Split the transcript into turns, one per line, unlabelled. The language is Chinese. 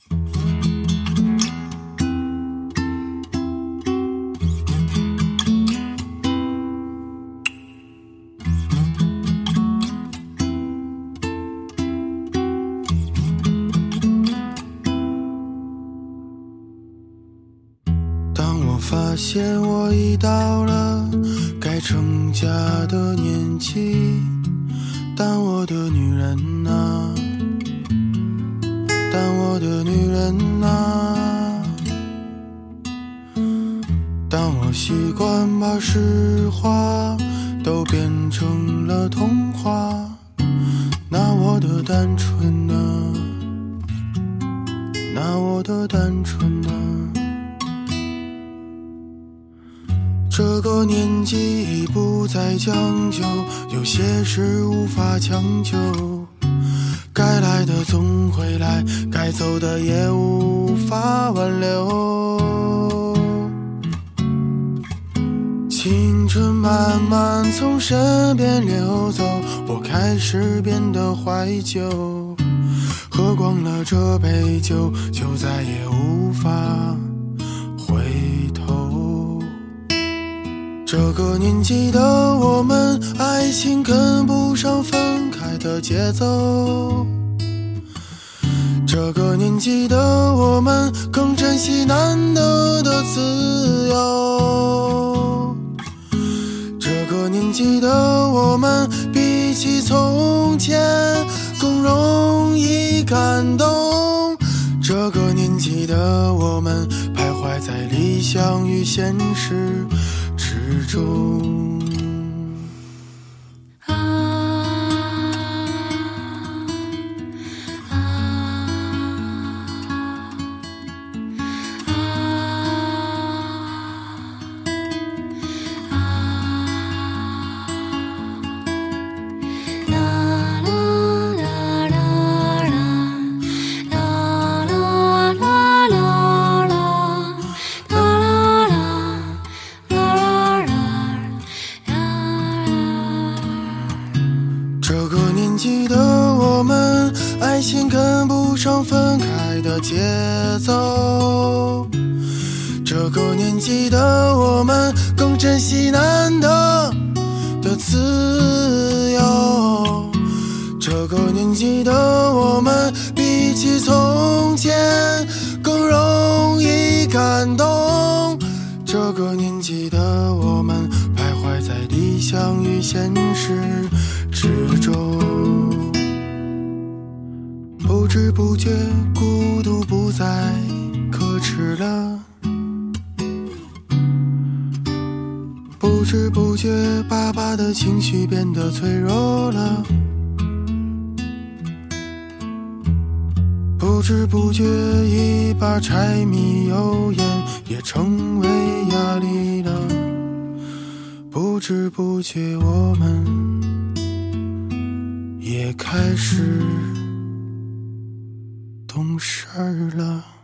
发现我已到了该成家的年纪，但我的女人啊，但我的女人啊，当我习惯把实话都变成了童话，那我的单纯呢？那我的单纯呢？这个年纪已不再讲究，有些事无法强求，该来的总会来，该走的也无法挽留。青春慢慢从身边流走，我开始变得怀旧，喝光了这杯酒，就再也无法回头。这个年纪的我们，爱情跟不上分开的节奏。这个年纪的我们，更珍惜难得的自由。这个年纪的我们，比起从前更容易感动。这个年纪的我们，徘徊在理想与现实之中。这个年纪的我们，爱情跟不上分开的节奏。这个年纪的我们，更珍惜难得的自由。这个年纪的我们，比起从前更容易感动。这个年纪的我们，徘徊在理想与现实之中，不知不觉孤独不再可耻了，不知不觉爸爸的情绪变得脆弱了，不知不觉一把柴米油盐也成为压力了，不知不觉我们也开始懂事了。